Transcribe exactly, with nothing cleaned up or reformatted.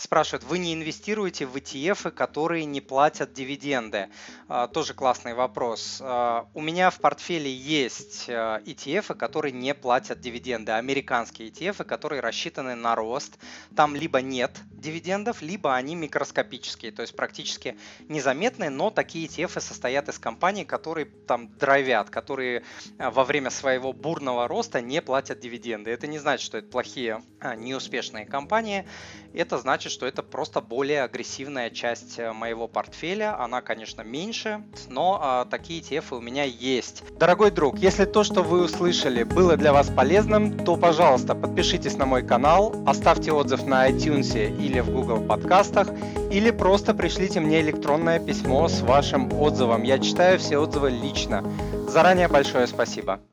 Спрашивают, вы не инвестируете в и ти эф, которые не платят дивиденды? А, Тоже классный вопрос. А, У меня в портфеле есть а, и ти эф, которые не платят дивиденды, американские и ти эф, которые рассчитаны на рост. Там либо нет дивидендов, либо они микроскопические, то есть практически незаметные, но такие и ти эф состоят из компаний, которые там драйвят, которые а, во время своего бурного роста не платят дивиденды. Это не значит, что это плохие, а, неуспешные компании. Это значит, что это просто более агрессивная часть э, моего портфеля. Она, конечно, меньше, но а, такие и ти эф у меня есть. Дорогой друг, если то, что вы услышали, было для вас полезным, то, пожалуйста, подпишитесь на мой канал, оставьте отзыв на iTunes или в Google подкастах, или просто пришлите мне электронное письмо с вашим отзывом. Я читаю все отзывы лично. Заранее большое спасибо.